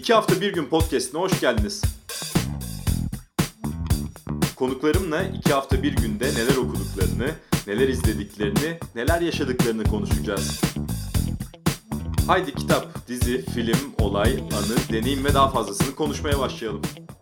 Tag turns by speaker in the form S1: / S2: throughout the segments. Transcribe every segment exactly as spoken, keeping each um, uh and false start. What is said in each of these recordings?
S1: İki Hafta Bir Gün Podcast'ine hoş geldiniz. Konuklarımla iki hafta bir günde neler okuduklarını, neler izlediklerini, neler yaşadıklarını konuşacağız. Haydi kitap, dizi, film, olay, anı, deneyim ve daha fazlasını konuşmaya başlayalım.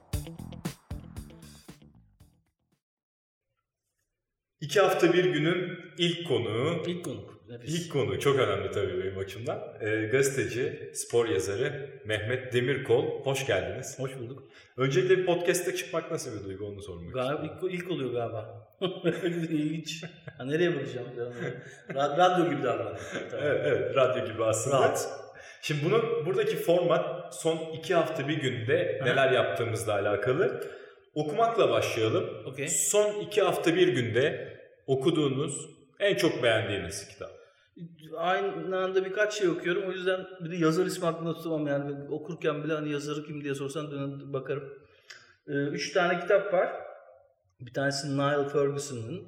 S1: İki hafta bir günün ilk konuğu,
S2: ilk konu,
S1: ilk konu çok önemli tabii benim açımdan. Ee, gazeteci, spor yazarı Mehmet Demirkol, hoş geldiniz.
S2: Hoş bulduk.
S1: Öncelikle bir podcast'te çıkmak nasıl bir duygu onu sormak
S2: galiba
S1: istiyorum.
S2: ilk, ilk oluyor galiba. İlginç. Ha, nereye bakacağım? Radyo gibi davranıyor.
S1: Tamam. Evet, evet, radyo gibi aslında.
S2: Rahat.
S1: Şimdi bunu buradaki format son iki hafta bir günde
S2: Aha.
S1: neler yaptığımızla alakalı. Okumakla başlayalım.
S2: Okay.
S1: Son iki hafta bir günde okuduğunuz, en çok beğendiğiniz kitap.
S2: Aynı anda birkaç şey okuyorum. O yüzden bir de yazar ismi aklımda tutamam yani. Okurken bile hani yazarı kim diye sorsan dönüp bakarım. Ee, üç tane kitap var. Bir tanesi Niall Ferguson'ın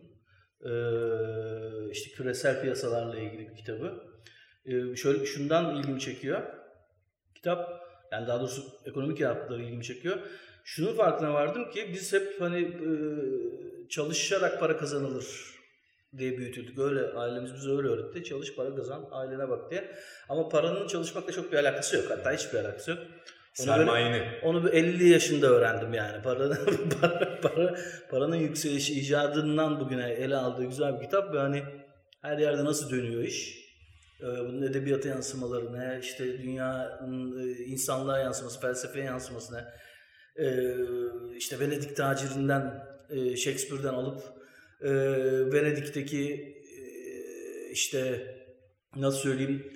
S2: ee, işte küresel piyasalarla ilgili bir kitabı. Ee, şöyle şundan ilgimi çekiyor. Kitap, yani daha doğrusu ekonomik yapıları ilgimi çekiyor. Şunun farkına vardım ki biz hep hani e, çalışarak para kazanılır diye büyütüldük. Öyle ailemiz bize öyle öğretti. Çalış, para kazan, ailene bak diye. Ama paranın çalışmakla çok bir alakası yok. Hatta hiçbir alakası yok. Onu
S1: Sermayeni.
S2: Böyle, onu elli yaşında öğrendim yani. Para, para, para, paranın yükselişi icadından bugüne ele aldığı güzel bir kitap. Ve hani her yerde nasıl dönüyor iş. Bunun edebiyata yansımaları ne, işte dünyanın insanlığa yansıması, felsefeye yansıması ne. İşte Venedik tacirinden, Shakespeare'den alıp Venedik'teki işte nasıl söyleyeyim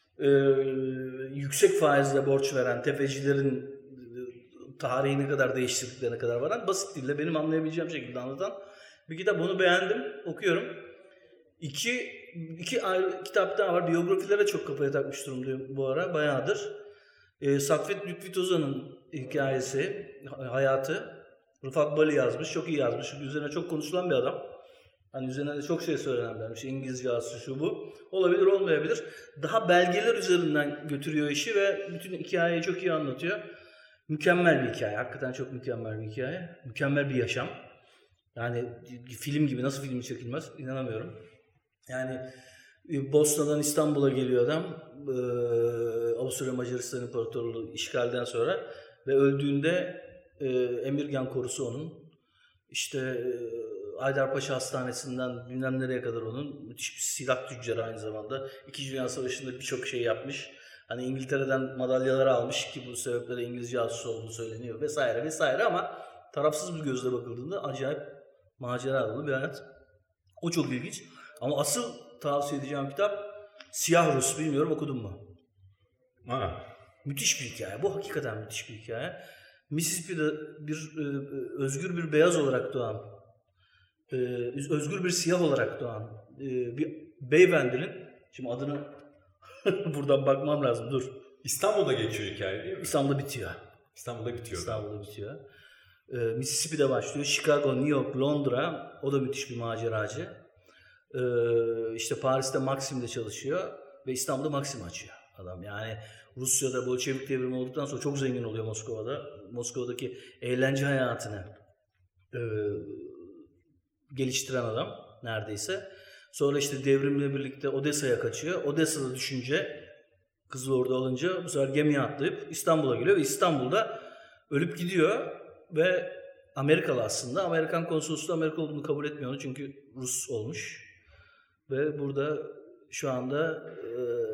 S2: yüksek faizle borç veren tefecilerin tarihine kadar değiştirdiklerine kadar varan basit dille benim anlayabileceğim şekilde anlatan bir kitap. Onu beğendim, okuyorum. İki, iki ayrı kitap daha var. Biyografilere çok kafaya takmış durumdayım bu ara, bayağıdır. E, Saffet Lütfi Tozan'ın hikayesi, hayatı. Rıfat Bali yazmış, çok iyi yazmış. Üzerine çok konuşulan bir adam. Hani üzerine de çok şey söylenenlermiş. İngilizce şu bu. Olabilir, olmayabilir. Daha belgeler üzerinden götürüyor işi ve bütün hikayeyi çok iyi anlatıyor. Mükemmel bir hikaye. Hakikaten çok mükemmel bir hikaye. Mükemmel bir yaşam. Yani film gibi, nasıl film çekilmez inanamıyorum. Yani Bosna'dan İstanbul'a geliyor adam. Avusturya Macaristan İmparatorluğu işgalden sonra ve öldüğünde Emirgan korusu onun. İşte Haydarpaşa Hastanesi'nden bilmem nereye kadar onun. Müthiş bir silah tüccarı aynı zamanda. İkinci Dünya Savaşı'nda birçok şey yapmış. Hani İngiltere'den madalyalar almış ki bu sebeple İngiliz casusu olduğu söyleniyor vesaire vesaire ama tarafsız bir gözle bakıldığında acayip macera dolu bir hayat. O çok ilginç. Ama asıl tavsiye edeceğim kitap Siyah Rus. Bilmiyorum, okudun mu?
S1: Ha.
S2: Müthiş bir hikaye. Bu hakikaten müthiş bir hikaye. Mississippi'de bir e, özgür bir beyaz olarak doğan, e, özgür bir siyah olarak doğan e, bir beyefendinin, şimdi adını buradan bakmam lazım, dur.
S1: İstanbul'da geçiyor hikaye değil mi?
S2: İstanbul'da bitiyor.
S1: İstanbul'da bitiyor.
S2: İstanbul'da bitiyor. E, Mississippi'de başlıyor. Chicago, New York, Londra. O da müthiş bir maceracı. E, işte Paris'te Maxim'de çalışıyor ve İstanbul'da Maxim açıyor adam. Yani Rusya'da Bolşevik devrimi olduktan sonra çok zengin oluyor Moskova'da. Moskova'daki eğlence hayatını e, geliştiren adam neredeyse. Sonra işte devrimle birlikte Odessa'ya kaçıyor. Odessa'da düşünce kızı orada alınca bu sefer gemiye atlayıp İstanbul'a geliyor ve İstanbul'da ölüp gidiyor ve Amerikalı aslında. Amerikan konsolosluğu Amerika olduğunu kabul etmiyor çünkü Rus olmuş. Ve burada şu anda e,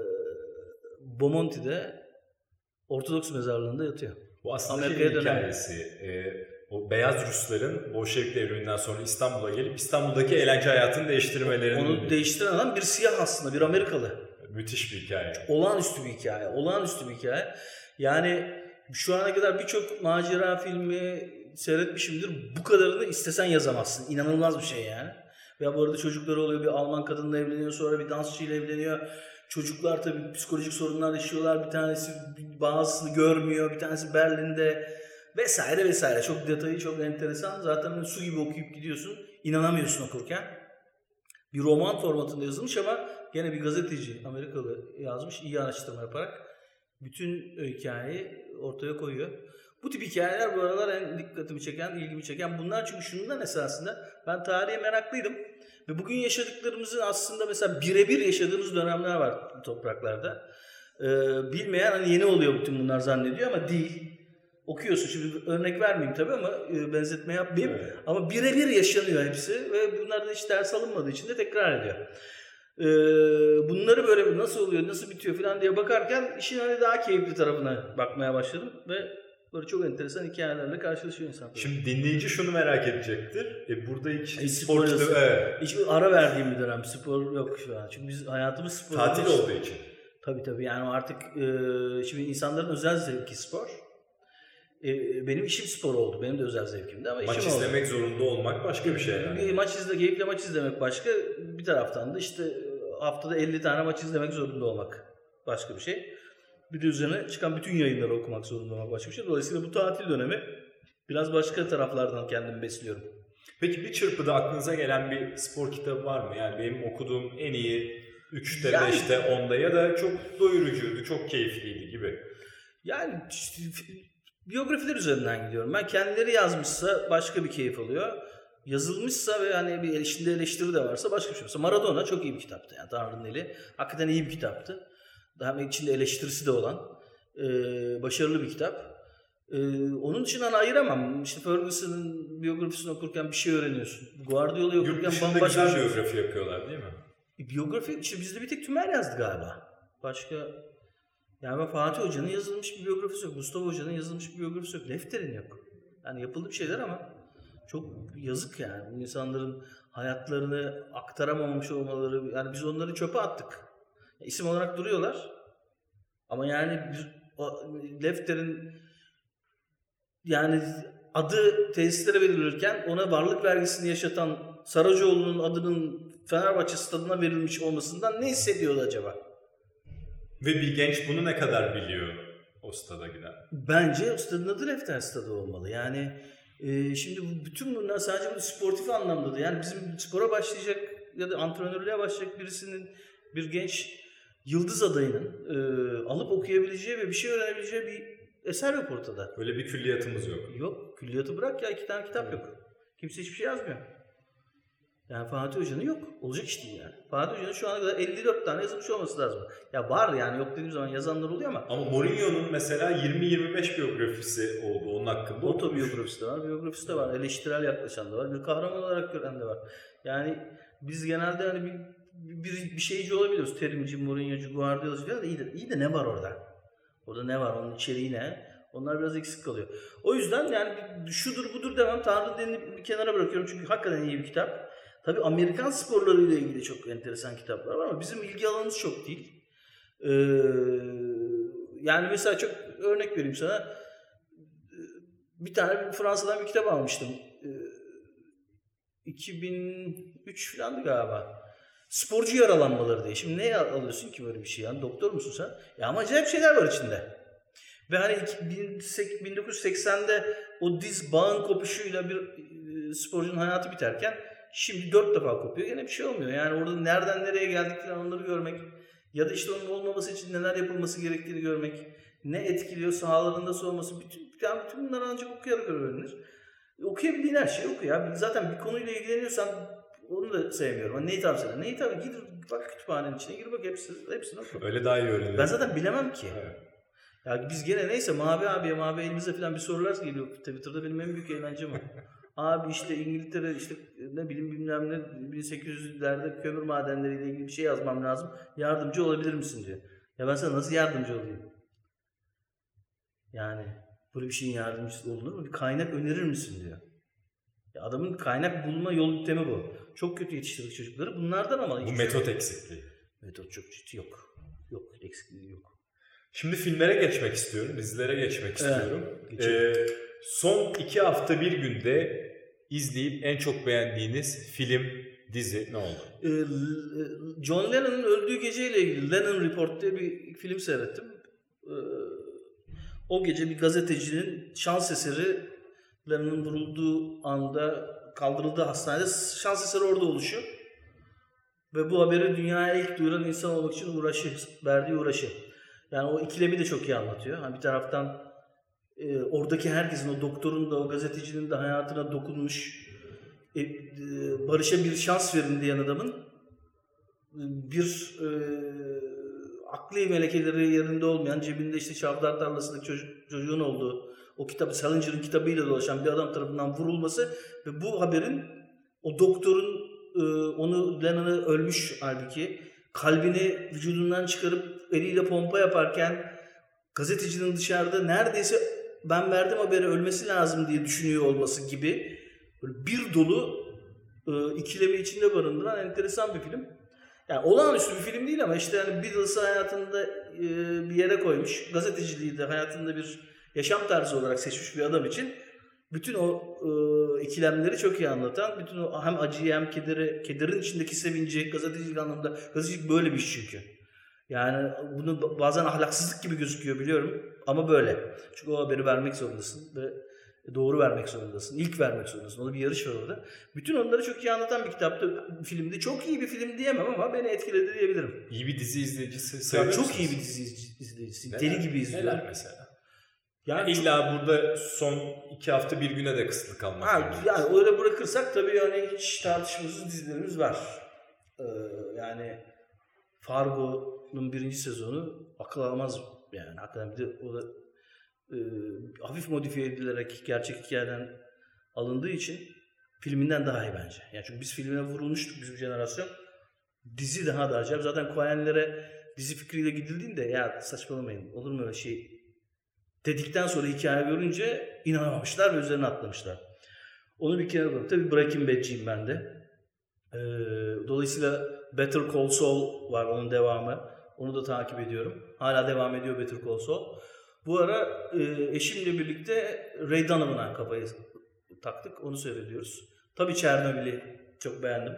S2: Bomonti'de Ortodoks mezarlığında yatıyor.
S1: Bu aslında Amerika'ya şey hikayesi. E, o beyaz Rusların Bolşevik devriminden sonra İstanbul'a gelip İstanbul'daki eğlence hayatını değiştirmelerinin...
S2: Onu bir... değiştiren adam bir siyah aslında, bir Amerikalı.
S1: Müthiş bir hikaye.
S2: Olağanüstü bir hikaye. Olağanüstü bir hikaye. Yani şu ana kadar birçok macera filmi seyretmişimdir. Bu kadarını istesen yazamazsın. İnanılmaz bir şey yani. Ve bu arada çocukları oluyor. Bir Alman kadınla evleniyor, sonra bir dansçıyla evleniyor. Çocuklar tabii psikolojik sorunlar yaşıyorlar. Bir tanesi bazısını görmüyor, bir tanesi Berlin'de vesaire vesaire. Çok detaylı, çok enteresan. Zaten su gibi okuyup gidiyorsun. İnanamıyorsun okurken. Bir roman formatında yazılmış ama gene bir gazeteci Amerikalı yazmış, iyi araştırma yaparak. bütün hikayeyi ortaya koyuyor. Bu tip hikayeler bu aralar en dikkatimi çeken, ilgimi çeken bunlar, çünkü şundan esasında ben tarihe meraklıydım. Ve bugün yaşadıklarımızın aslında mesela birebir yaşadığımız dönemler var topraklarda. Ee, bilmeyen hani yeni oluyor bütün bunlar zannediyor ama değil. Okuyorsun, şimdi örnek vermeyeyim tabii ama e, benzetme yapmayayım. Evet. Ama birebir yaşanıyor hepsi ve bunlardan hiç ders alınmadığı için de tekrar ediyor. Ee, bunları böyle nasıl oluyor, nasıl bitiyor falan diye bakarken işin hani daha keyifli tarafına bakmaya başladım ve böyle çok enteresan hikayelerle karşılaşıyor insan.
S3: Şimdi dinleyici şunu merak edecektir. E burada hiç
S2: e,
S3: spor
S2: spor
S3: evet.
S2: Hiç ara verdiğim bir dönem. Spor yok şu an. Çünkü biz hayatımız spor.
S3: Tatil olduğu için.
S2: Tabii tabii, yani artık e, şimdi insanların özel zevki spor. E, benim işim spor oldu. Benim de özel zevkimdi ama
S3: maç
S2: işim oldu.
S3: Maç izlemek zorunda olmak başka bir şey yani.
S2: Bir maç izle, keyifle maç izlemek başka. Bir taraftan da işte haftada elli tane maç izlemek zorunda olmak başka bir şey. Bir de üzerine çıkan bütün yayınları okumak zorunda olmak başka bir şey. Dolayısıyla bu tatil dönemi biraz başka taraflardan kendimi besliyorum.
S3: Peki bir çırpıda aklınıza gelen bir spor kitabı var mı? Yani benim okuduğum en iyi üçte, yani, beşte, onda ya da çok doyurucuydu, çok keyifliydi gibi.
S2: Yani işte, biyografiler üzerinden gidiyorum. Ben kendileri yazmışsa başka bir keyif oluyor. Yazılmışsa ve hani bir içinde eleştiri de varsa başka bir şey. Mesela Maradona çok iyi bir kitaptı. Yani Tanrı'nın Eli. Hakikaten iyi bir kitaptı. Daha içinde eleştirisi de olan e, başarılı bir kitap. E, onun dışından ayıramam. İşte Ferguson'ın biyografisini okurken bir şey öğreniyorsun. Guardiola'yı okurken bambaşka
S3: bir şey. Biyografi yapıyorlar değil mi?
S2: E, biyografi işte bizde bir tek Tümer yazdı galiba. Başka, yani ben Fatih Hoca'nın yazılmış bir biyografisi yok. Mustafa Hoca'nın yazılmış bir biyografisi yok. Lefter'in yok. Yani yapıldı bir şeyler ama çok yazık yani. Bu insanların hayatlarını aktaramamış olmaları. Yani biz onları çöpe attık. İsim olarak duruyorlar. Ama yani bir, Lefter'in yani adı tesislere verilirken ona varlık vergisini yaşatan Saracoğlu'nun adının Fenerbahçe stadına verilmiş olmasından ne hissediyordu acaba?
S3: Ve bir genç bunu ne kadar biliyor o stada giden?
S2: Bence o stadın adı Lefter stadı olmalı. Yani e, şimdi bütün bunlar sadece bu sportif anlamda da. Yani bizim spora başlayacak ya da antrenörlüğe başlayacak birisinin, bir genç yıldız adayının e, alıp okuyabileceği ve bir şey öğrenebileceği bir eser yok ortada.
S3: Öyle bir külliyatımız yok.
S2: Yok. Külliyatı bırak ya, iki tane kitap evet. yok. Kimse hiçbir şey yazmıyor. Yani Fatih Hoca'nın yok. Olacak iş değil yani. Fatih Hoca'nın şu ana kadar elli dört tane yazılmış olması lazım. Ya var yani, yok dediğim zaman yazanlar oluyor ama.
S3: Ama Mourinho'nun mesela yirmi yirmi beş biyografisi oldu onun hakkında.
S2: Otobiyografisi de var, biyografisi de var. Eleştirel yaklaşan da var. Bir kahraman olarak gören de var. Yani biz genelde hani bir bir, bir şeyci olabiliyoruz. Terimci, Mourinho'cu, Guardiola'cı falan da iyi de, iyi de ne var orada? Orada ne var? Onun içeriği ne? Onlar biraz eksik kalıyor. O yüzden yani şudur budur demem. Tanrı Deni'ni bir kenara bırakıyorum. Çünkü hakikaten iyi bir kitap. Tabii Amerikan sporlarıyla ilgili çok enteresan kitaplar var ama bizim ilgi alanımız çok değil. Ee, yani mesela çok örnek vereyim sana. Bir tane Fransa'dan bir kitap almıştım. Ee, iki bin üç falandı galiba. Sporcu yaralanmaları diye. Şimdi ne alıyorsun ki böyle bir şey? Yani doktor musun sen? Ya ama acayip şeyler var içinde. Ve hani bin dokuz yüz seksende o diz bağın kopuşuyla bir sporcunun hayatı biterken şimdi dört defa kopuyor. Yine bir şey olmuyor. Yani orada nereden nereye geldik falan onları görmek ya da işte onun olmaması için neler yapılması gerektiğini görmek, ne etkiliyor, sahaların nasıl olması, bütün, yani bütün bunları ancak okuyarak öğrenilir. Okuyabildiğin her şeyi oku ya. Zaten bir konuyla ilgileniyorsan onu da sevmiyorum. Hani neyi tavsiye ederim? Neyi tavsiye ederim? Gir bak kütüphanenin içine, gir bak hepsi, hepsini oku.
S3: Öyle daha iyi öğrenirim.
S2: Ben zaten bilemem ki.
S3: Evet.
S2: Ya biz gene neyse Mavi abiye, Mavi elimize falan bir sorular geliyor. Twitter'da benim en büyük eğlencem o. Abi işte İngiltere işte ne bileyim bilmem ne bin sekiz yüzlerde kömür madenleriyle ilgili bir şey yazmam lazım. Yardımcı olabilir misin diyor. Ya ben sana nasıl yardımcı olayım? Yani böyle bir şeyin yardımcısı olunur mu? Bir kaynak önerir misin diyor. Ya adamın kaynak bulma yol yöntemi bu. Çok kötü yetiştirdik çocukları. Bunlardan ama...
S3: Bu metot eksikliği.
S2: Metot çok ciddi yok. Yok, eksikliği yok.
S3: Şimdi filmlere geçmek istiyorum. Dizilere geçmek
S2: evet,
S3: istiyorum. Ee, son iki hafta bir günde izleyip en çok beğendiğiniz film, dizi ne oldu?
S2: Ee, John Lennon'ın öldüğü geceyle ilgili Lennon Report diye bir film seyrettim. Ee, o gece bir gazetecinin şans eseri Lennon'ın vurulduğu anda kaldırıldığı hastanede şans eseri orada oluşu ve bu haberi dünyaya ilk duyuran insan olmak için uğraşı, verdiği uğraşı. Yani o ikilemi de çok iyi anlatıyor. Hani bir taraftan e, oradaki herkesin, o doktorun da o gazetecinin de hayatına dokunmuş, e, e, Barış'a bir şans verin diyen adamın bir e, akli melekeleri yerinde olmayan, cebinde işte Çavdar Tarlası'ndaki çocuk, çocuğun olduğu, o kitabı, Salinger'ın kitabıyla dolaşan bir adam tarafından vurulması ve bu haberin o doktorun e, onu Lennon'ı ölmüş halbuki kalbini vücudundan çıkarıp eliyle pompa yaparken gazetecinin dışarıda neredeyse ben verdim haberi ölmesi lazım diye düşünüyor olması gibi bir dolu e, ikilemi içinde barındıran enteresan bir film. Yani olağanüstü bir film değil ama işte yani Beatles'ı hayatında e, bir yere koymuş, gazeteciliği de hayatında bir yaşam tarzı olarak seçmiş bir adam için bütün o e, ikilemleri çok iyi anlatan, bütün o hem acıyı hem kederi, kederin içindeki sevinci, gazetecilik anlamında, gazetecilik böyle bir iş çünkü. Yani bunu bazen ahlaksızlık gibi gözüküyor biliyorum ama böyle. Çünkü o haberi vermek zorundasın ve doğru vermek zorundasın. İlk vermek zorundasın. Orada bir yarış var orada. Bütün onları çok iyi anlatan bir kitaptı, filmdi. Çok iyi bir film diyemem ama beni etkiledi diyebilirim.
S3: İyi bir dizi izleyicisi
S2: Ya
S3: sayılır
S2: çok
S3: mısınız?
S2: iyi bir dizi izleyicisi.
S3: Neler?
S2: Deli gibi izliyorum.
S3: Neler mesela?
S2: Yani
S3: Yani illa burada son iki hafta bir güne de kısıtlı kalmak.
S2: Ha, yani öyle bırakırsak tabii yani hiç tartışmasız dizilerimiz var. Ee, yani Fargo'nun birinci sezonu akıl almaz yani. Hakikaten bir de o da e, hafif modifiye edilerek gerçek hikayeden alındığı için filminden daha iyi bence. Yani çünkü biz filmine vurulmuştuk bizim jenerasyon. Dizi daha da acayip. Zaten Coen'lere dizi fikriyle gidildiğinde ya saçmalamayın olur mu öyle şey dedikten sonra hikaye görünce inanamamışlar ve üzerine atlamışlar. Onu bir kenara bırakıp tabii Breaking Bad'ciyim ben de. Ee, dolayısıyla Better Call Saul var, onun devamı. Onu da takip ediyorum. Hala devam ediyor Better Call Saul. Bu ara e, eşimle birlikte Ray Donovan'a kafayı taktık. Onu seyrediyoruz. Tabii Çernobyl'i çok beğendim.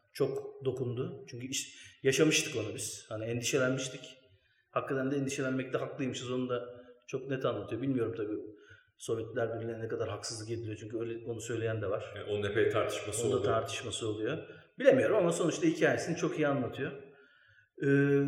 S2: Çok dokundu. Çünkü iş, yaşamıştık onu biz. Hani endişelenmiştik. Hakikaten de endişelenmekte haklıymışız. Onu da çok net anlatıyor. Bilmiyorum tabii Sovyetler Birliği'ne ne kadar haksızlık ediliyor. Çünkü öyle onu söyleyen de var.
S3: Yani onun epey tartışması
S2: Onda
S3: oluyor.
S2: tartışması oluyor. Bilemiyorum ama sonuçta hikayesini çok iyi anlatıyor. Ee,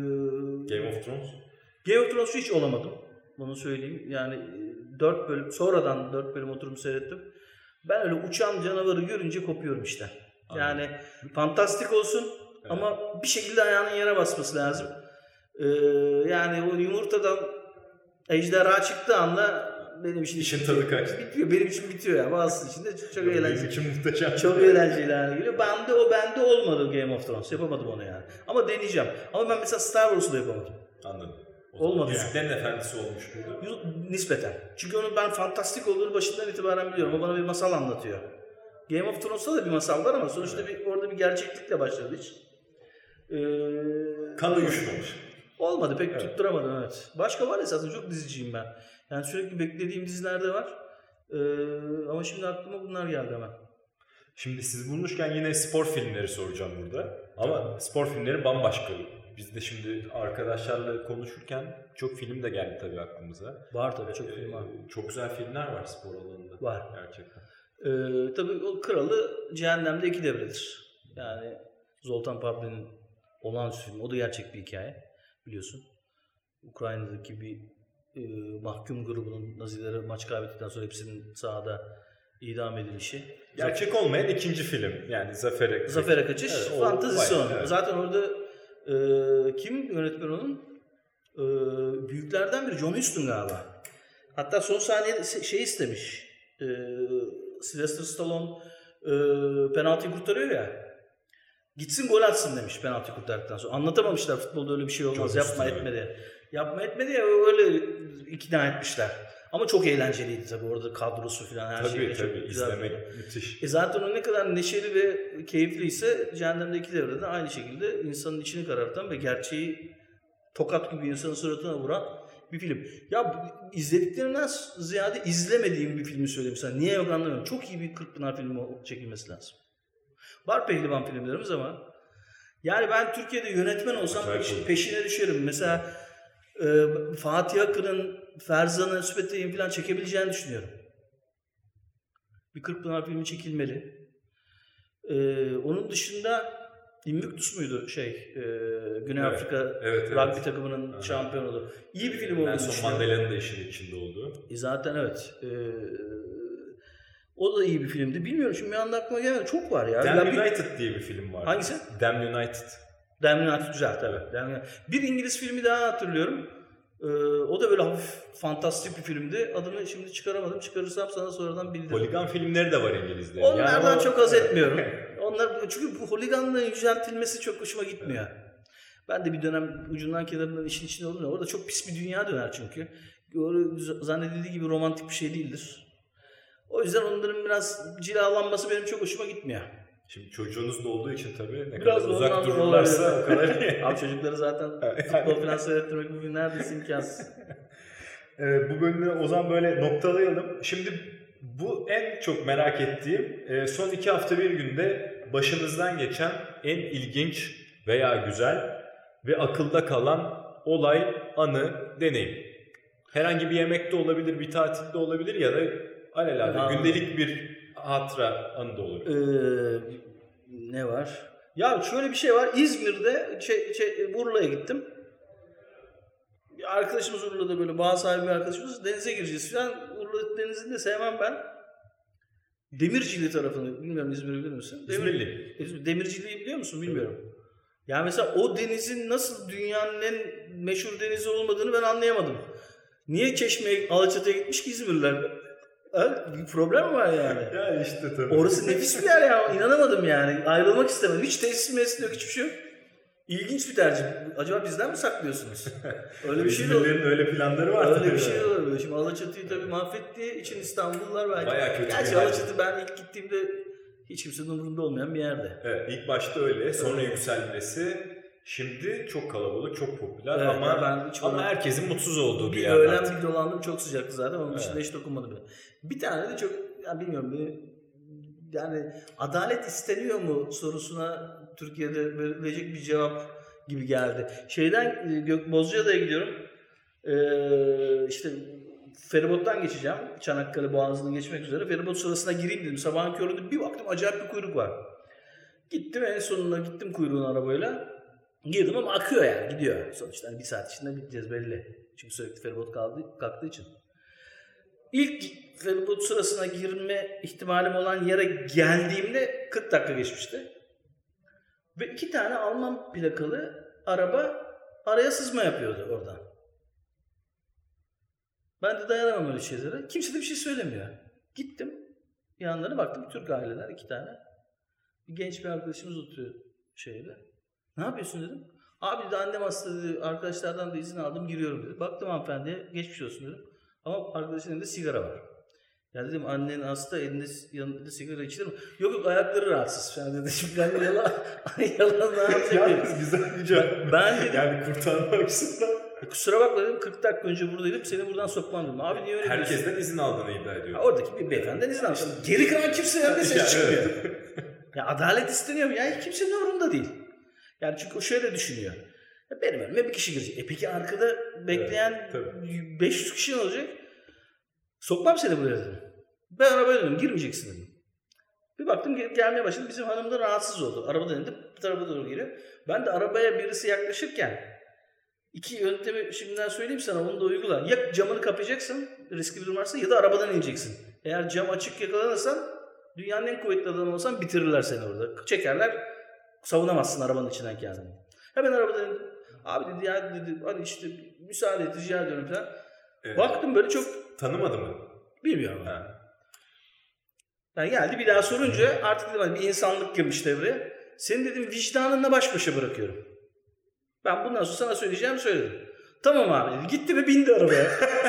S3: Game of Thrones?
S2: Game of Thrones'u hiç olamadım. Bunu söyleyeyim. Yani dört bölüm, sonradan dört bölüm oturup seyrettim. Ben öyle uçan canavarı görünce kopuyorum işte. Yani Anladım. Fantastik olsun evet. Ama bir şekilde ayağının yere basması lazım. Ee, yani o yumurtadan ejderha çıktığı anda benim için
S3: işin tadı kaçtı.
S2: Bitiyor. Benim için bitiyor yani. Bazısı için de çok, çok eğlenceli.
S3: Benim için muhteşem.
S2: Çok eğlenceli yani geliyor. Bende o bende olmadı Game of Thrones. Yapamadım onu yani. Ama deneyeceğim. Ama ben mesela Star Wars'u da yapamadım.
S3: Anladım.
S2: Olmadı
S3: Yüzüklerin
S2: yani.
S3: Efendisi olmuş muydu?
S2: Nispeten. Çünkü onu ben fantastik olduğunu başından itibaren biliyorum. O bana bir masal anlatıyor. Game of Thrones'ta da bir masal var ama sonuçta evet. bir, orada bir gerçeklikle başladı hiç. Ee,
S3: Kan uyuşmamış.
S2: Olmadı pek evet. tutturamadım evet. Başka var esasında çok diziciyim ben. Yani sürekli beklediğim diziler de var. Ee, ama şimdi aklıma bunlar geldi hemen.
S3: Şimdi siz bulmuşken yine spor filmleri soracağım burada. Ama tamam. Spor filmleri bambaşka. Biz de şimdi arkadaşlarla konuşurken çok film de geldi tabii aklımıza.
S2: Var tabii çok ee, film var.
S3: Çok güzel filmler var spor alanında.
S2: Var.
S3: Gerçekten.
S2: Ee, tabii o Kralı Cehennem'de iki devredir. Yani Zoltan Pavlik'in olağanüstü film. O da gerçek bir hikaye biliyorsun. Ukrayna'daki bir e, mahkum grubunun Nazilere maç kaybettikten sonra hepsinin sahada idam edilişi.
S3: Gerçek Zafer... olmayan ikinci film. Yani Zafer'e Kaçış.
S2: Zafer'e Kaçış. Evet, fantazisi onun. Evet. Zaten orada e, kim yönetmen onun? E, büyüklerden biri John Huston galiba. Hatta son saniye şey istemiş. E, Sylvester Stallone e, penaltıyı kurtarıyor ya. Gitsin gol atsın demiş penaltı kurtardıktan sonra. Anlatamamışlar futbolda öyle bir şey olmaz. Çok yapma etme diye. Yapma etme diye öyle ikna etmişler. Ama çok eğlenceliydi tabii orada kadrosu falan her şey.
S3: Tabii tabii izlemek müthiş.
S2: E zaten o ne kadar neşeli ve keyifliyse Cehennem'deki devrede aynı şekilde insanın içini karartan ve gerçeği tokat gibi insanın suratına vuran bir film. Ya izlediklerimden ziyade izlemediğim bir filmi söyleyeyim sana. Niye yok anlamıyorum. Çok iyi bir Kırkpınar filmi çekilmesi lazım. Var pehlivan filmlerimiz ama yani ben Türkiye'de yönetmen olsam peş, peşine düşerim. Mesela e, Fatih Akın'ın Ferzan'ı, Sübetey'in falan çekebileceğini düşünüyorum. Bir Kırkpınar filmi çekilmeli. E, onun dışında Invictus muydu şey e, Güney
S3: Evet,
S2: Afrika
S3: evet,
S2: rugby
S3: evet.
S2: takımının
S3: Aha.
S2: şampiyonu. İyi bir film olduğunu
S3: Nelson
S2: düşünüyorum.
S3: Mandela'nın da işin içinde olduğu.
S2: E zaten evet. E, o da iyi bir filmdi. Bilmiyorum şimdi bir anda aklıma gelmedi. Çok var ya.
S3: Damn
S2: ya bir,
S3: United diye bir film var.
S2: hangisi?
S3: Damn United.
S2: Damn United güzel tabii. Damn United. Bir İngiliz filmi daha hatırlıyorum. Ee, o da böyle hafif fantastik bir filmdi. Adını şimdi çıkaramadım. Çıkarırsam sana sonradan bildiririm.
S3: Holigan filmleri de var İngiliz'de.
S2: Onlardan
S3: Yani o-
S2: çok haz etmiyorum. Onlar çünkü bu holiganlığın yüceltilmesi çok hoşuma gitmiyor. Ben de bir dönem ucundan kenarından işin içinde oldum ya. Orada çok pis bir dünya döner çünkü. Öyle zannedildiği gibi romantik bir şey değildir. O yüzden onların biraz cilalanması benim çok hoşuma gitmiyor.
S3: Şimdi çocuğunuz da olduğu için tabii ne
S2: Biraz
S3: kadar
S2: da
S3: uzak
S2: ondan dolayı
S3: dururlarsa o kadar iyi.
S2: Abi çocukları zaten futbol falan seyrettirmek bugün neredeyse imkansız.
S3: Ee, bu bölümü o zaman böyle noktalayalım. Şimdi bu en çok merak ettiğim e, son iki hafta bir günde başınızdan geçen en ilginç veya güzel ve akılda kalan olay, anı, deneyim. Herhangi bir yemekte olabilir, bir tatilde olabilir ya da alelade
S2: Aa.
S3: gündelik bir hatıra anı da olabilir.
S2: Ee, ne var? Ya şöyle bir şey var. İzmir'de şey, şey, Urla'ya gittim. Bir arkadaşımız Urla'da böyle bağ sahibi bir arkadaşımız. Denize gireceğiz falan. Urla denizini de sevmem ben. Demircili tarafını bilmiyorum İzmir'i bilir misin? Demir,
S3: İzmirli.
S2: İzmir- Demircili'yi biliyor musun? Bilmiyorum. Ya mesela o denizin nasıl dünyanın en meşhur denizi olmadığını ben anlayamadım. Niye Çeşme'ye, Alaçatı'ya gitmiş ki İzmirliler? Ha, bir problem var yani.
S3: Ya işte tabii.
S2: Orası nefis bir yer ya. İnanamadım yani. Ayrılmak istemedim. Hiç tesis mesis yok. Hiçbir şey yok. İlginç bir tercih. Acaba bizden mi saklıyorsunuz? Öyle bir şey de olur.
S3: İzmirlilerin öyle planları var.
S2: Öyle
S3: tabii.
S2: bir şey de olabilir. Şimdi Alaçatı'yı tabii mahvettiği için İstanbullular belki.
S3: Bayağı kötü bir
S2: Gerçi
S3: yer.
S2: Alaçatı ben ilk gittiğimde hiç kimsenin umurunda olmayan bir yerde.
S3: Evet, ilk başta öyle, sonra yükselmesi. Şimdi çok kalabalık, çok popüler
S2: Evet,
S3: ama
S2: ben hiç
S3: ama
S2: bana-
S3: herkesin mutsuz olduğu bir,
S2: Bir
S3: yer
S2: öğlen
S3: artık.
S2: bir dolandım çok sıcaktı zaten. Onun dışında
S3: Evet.
S2: hiç dokunmadı bile. Bir tane de çok ya bilmiyorum böyle yani adalet isteniyor mu sorusuna Türkiye'de verilecek bir cevap gibi geldi. Şeyden e, Gök Bozcaada'ya gidiyorum. Ee, işte feribottan geçeceğim. Çanakkale Boğazı'nı geçmek üzere. Feribot sırasına gireyim dedim. Sabahın köründe bir baktım acayip bir kuyruk var. Gittim en sonunda gittim kuyruğun arabayla. Girdim ama akıyor yani gidiyor. Sonuçta hani bir saat içinde biteceğiz belli. Çünkü sürekli feribot kaldı, kalktığı için. İlk feribot sırasına girme ihtimalim olan yere geldiğimde kırk dakika geçmişti. Ve iki tane Alman plakalı araba araya sızma yapıyordu oradan. Ben de dayanamam öyle şeylere. Kimse de bir şey söylemiyor. Gittim. Yanlarına baktım. Türk aileler iki tane. Bir genç bir arkadaşımız oturuyor şeyde. Ne yapıyorsun dedim. Abi de annem hasta dedi. Arkadaşlardan da izin aldım giriyorum dedi. Baktım hanımefendiye geçmiş olsun dedim. Ama arkadaşın elinde sigara var. Ya dedim annen hasta elinde yanında sigara içilir mi? Yok yok ayakları rahatsız falan dedi. Şimdi ben yalan yalan ne yapacağım?
S3: Yalnız güzel bir cevap.
S2: Ben dedim
S3: Yani kurtarma açısından.
S2: kusura bakma dedim kırk dakika önce buradaydım seni buradan sokmam dedim. Abi niye öyle diyorsun?
S3: Herkesten izin aldığını iddia ediyor.
S2: Ha, oradaki bir beyefendiden izin almıştım. Geri kalan kimseden de ses
S3: Ya,
S2: çıkmıyor.
S3: evet.
S2: Ya adalet isteniyor mu? Yani kimsenin umurunda değil. Yani çünkü o şöyle düşünüyor. Ya benim önüme bir kişi girecek. E peki arkada bekleyen
S3: Evet,
S2: beş yüz kişi ne olacak? Sokmam seni buraya dedim. Ben arabaya döndüm. Girmeyeceksin dedim. Bir baktım gel- gelmeye başladı. Bizim hanım da rahatsız oldu. Arabadan indi. Bu tarafa doğru geliyor. Ben de arabaya birisi yaklaşırken iki yöntemi şimdiden söyleyeyim sana. Onu da uygula. Ya camını kapayacaksın. Riskli bir durum varsa ya da arabadan ineceksin. Eğer cam açık yakalanırsan dünyanın en kuvvetli adamı olsan bitirirler seni orada. Çekerler. Savunamazsın arabanın içinden kendini. Hemen arabadan indim. Abi dedi ya dedi hani işte müsaade et rica ediyorum falan.
S3: Evet.
S2: Baktım böyle çok
S3: Tanımadı mı?
S2: bilmiyorum.
S3: Ha.
S2: Yani geldi bir daha sorunca artık dedim hani bir insanlık girmiş devreye. Seni dedim vicdanınla baş başa bırakıyorum. Ben bundan sonra sana söyleyeceğimi söyledim. Tamam abi dedi. Gitti ve bindi arabaya.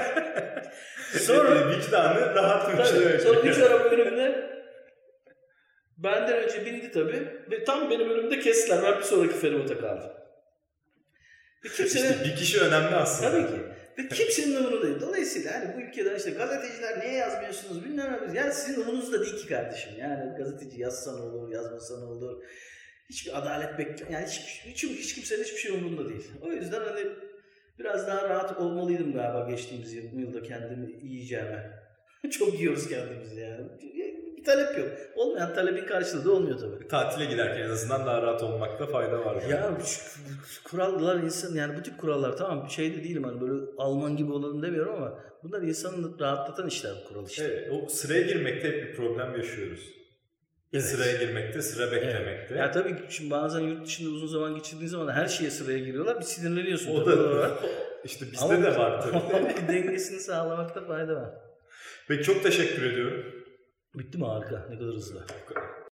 S2: Sonra
S3: vicdanı rahat bir
S2: tabii,
S3: şey.
S2: sonra üç araba önümde benden önce bindi tabii ve tam benim önümde kestiler. Ben bir sonraki feribota kaldım. Ve kimsenin...
S3: İşte bir kişi önemli aslında.
S2: Tabii ki. Ve kimsenin umurunda değil. Dolayısıyla hani bu ülkeden işte gazeteciler niye yazmıyorsunuz bilmem ne. Yani sizin umurunuzda değil ki kardeşim. Yani gazeteci yazsa ne olur, yazmasa ne olur. Hiçbir adalet bekliyor. Yani hiç, hiç, hiç kimsenin hiçbir şey umurunda değil. O yüzden hani biraz daha rahat olmalıydım galiba geçtiğimiz yıl, bu yılda kendimi yiyeceğime. Çok yiyoruz kendimizi yani. Bir talep yok. Olmayan talebin karşılığı da olmuyor tabii.
S3: Tatile giderken en azından daha rahat olmakta fayda var.
S2: Ya şu, şu kurallar insan yani bu tip kurallar tamam şey de değilim hani böyle Alman gibi olalım demiyorum ama bunlar insanı rahatlatan işler bu kural işte.
S3: Evet, o sıraya girmekte hep bir problem yaşıyoruz.
S2: Evet.
S3: Sıraya girmekte, sıra beklemekte.
S2: Evet. Ya tabii şimdi bazen yurt dışında uzun zaman geçirdiğin zaman her şeye sıraya giriyorlar. Bir sinirleniyorsun.
S3: O
S2: tabii
S3: da
S2: olarak.
S3: işte bizde
S2: Ama-
S3: de var tabii.
S2: Dengesini sağlamakta fayda var.
S3: Peki çok teşekkür ediyorum.
S2: Bitti mi harika? Ne kadar hızlı.
S3: Bu kadar.